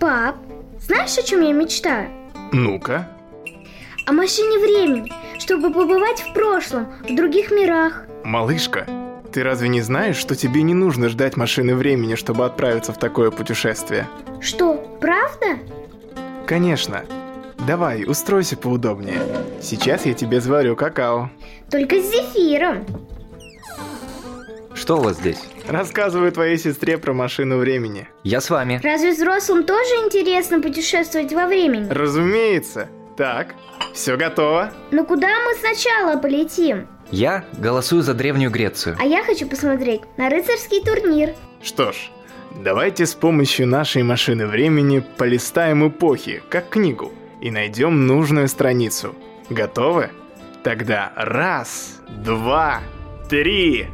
Пап, знаешь, о чем я мечтаю? Ну-ка. О машине времени, чтобы побывать в прошлом, в других мирах. Малышка, ты разве не знаешь, что тебе не нужно ждать машины времени, чтобы отправиться в такое путешествие? Что, правда? Конечно. Давай, устройся поудобнее. Сейчас я тебе заварю какао. Только с зефиром. Что у вас здесь? Рассказываю твоей сестре про машину времени. Я с вами. Разве взрослым тоже интересно путешествовать во времени? Разумеется. Так, все готово? Но куда мы сначала полетим? Я голосую за Древнюю Грецию. А я хочу посмотреть на рыцарский турнир. Что ж, давайте с помощью нашей машины времени полистаем эпохи, как книгу, и найдем нужную страницу. Готовы? Тогда 1, 2, 3...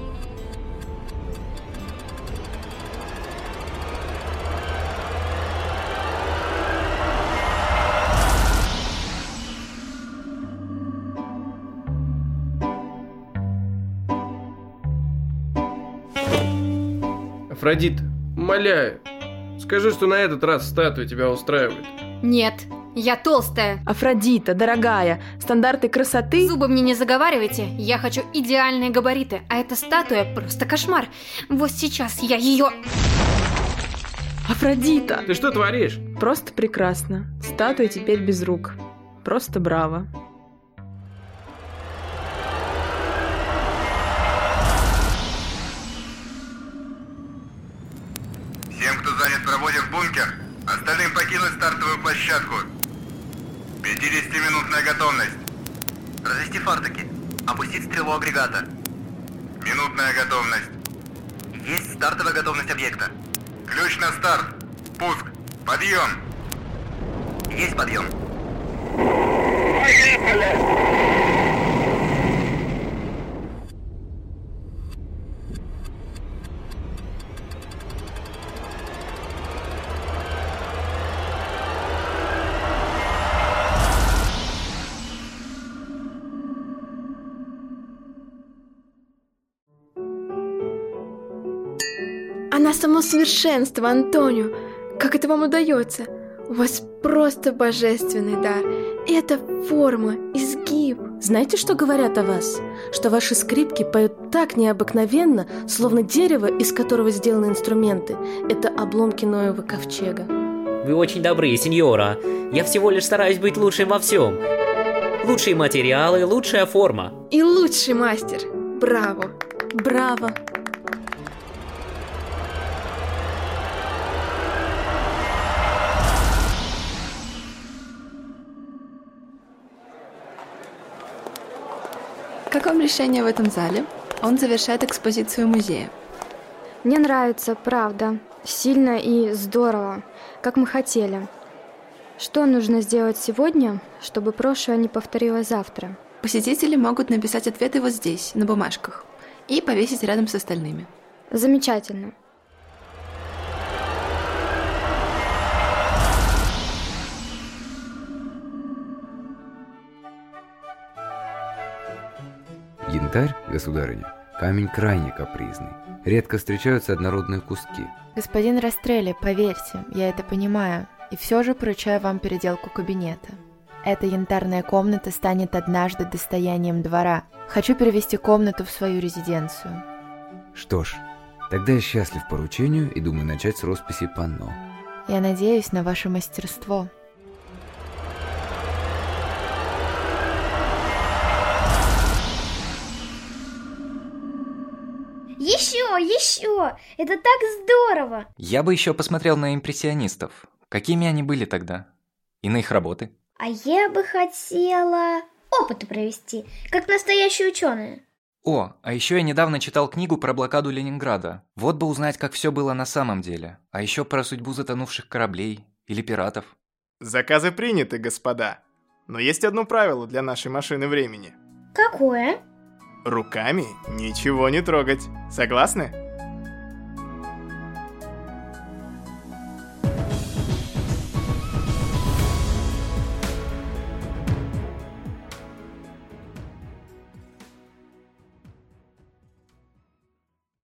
Афродит, умоляю, скажи, что на этот раз статуя тебя устраивает. Нет, я толстая. Афродита, дорогая, стандарты красоты... Зубы мне не заговаривайте, я хочу идеальные габариты, а эта статуя просто кошмар. Вот сейчас я ее... Афродита! Ты что творишь? Просто прекрасно. Статуя теперь без рук. Просто браво. Всем, кто занят в работе в бункер, остальным покинуть стартовую площадку. 50-минутная готовность. Развести фартуки. Опустить стрелу агрегата. Минутная готовность. Есть стартовая готовность объекта. Ключ на старт. Пуск. Подъем. Есть подъем. Она само совершенство, Антонио. Как это вам удается? У вас просто божественный дар. И эта форма, изгиб. Знаете, что говорят о вас? Что ваши скрипки поют так необыкновенно, словно дерево, из которого сделаны инструменты. Это обломки Ноева ковчега. Вы очень добры, сеньора. Я всего лишь стараюсь быть лучшим во всем. Лучшие материалы, лучшая форма. И лучший мастер. Браво. Браво. Как вам решение в этом зале? Он завершает экспозицию музея. Мне нравится, правда. Сильно и здорово, как мы хотели. Что нужно сделать сегодня, чтобы прошлое не повторилось завтра? Посетители могут написать ответы вот здесь, на бумажках, и повесить рядом с остальными. Замечательно. Янтарь, государыня, камень крайне капризный. Редко встречаются однородные куски. Господин Растрелли, поверьте, я это понимаю, и все же поручаю вам переделку кабинета. Эта янтарная комната станет однажды достоянием двора. Хочу перевести комнату в свою резиденцию. Что ж, тогда я счастлив поручению и думаю начать с росписи панно. Я надеюсь на ваше мастерство. Еще! Это так здорово! Я бы еще посмотрел на импрессионистов. Какими они были тогда? И на их работы. А я бы хотела опыты провести, как настоящие ученые. О, а еще я недавно читал книгу про блокаду Ленинграда. Вот бы узнать, как все было на самом деле. А еще про судьбу затонувших кораблей или пиратов. Заказы приняты, господа. Но есть одно правило для нашей машины времени. Какое? Руками ничего не трогать. Согласны?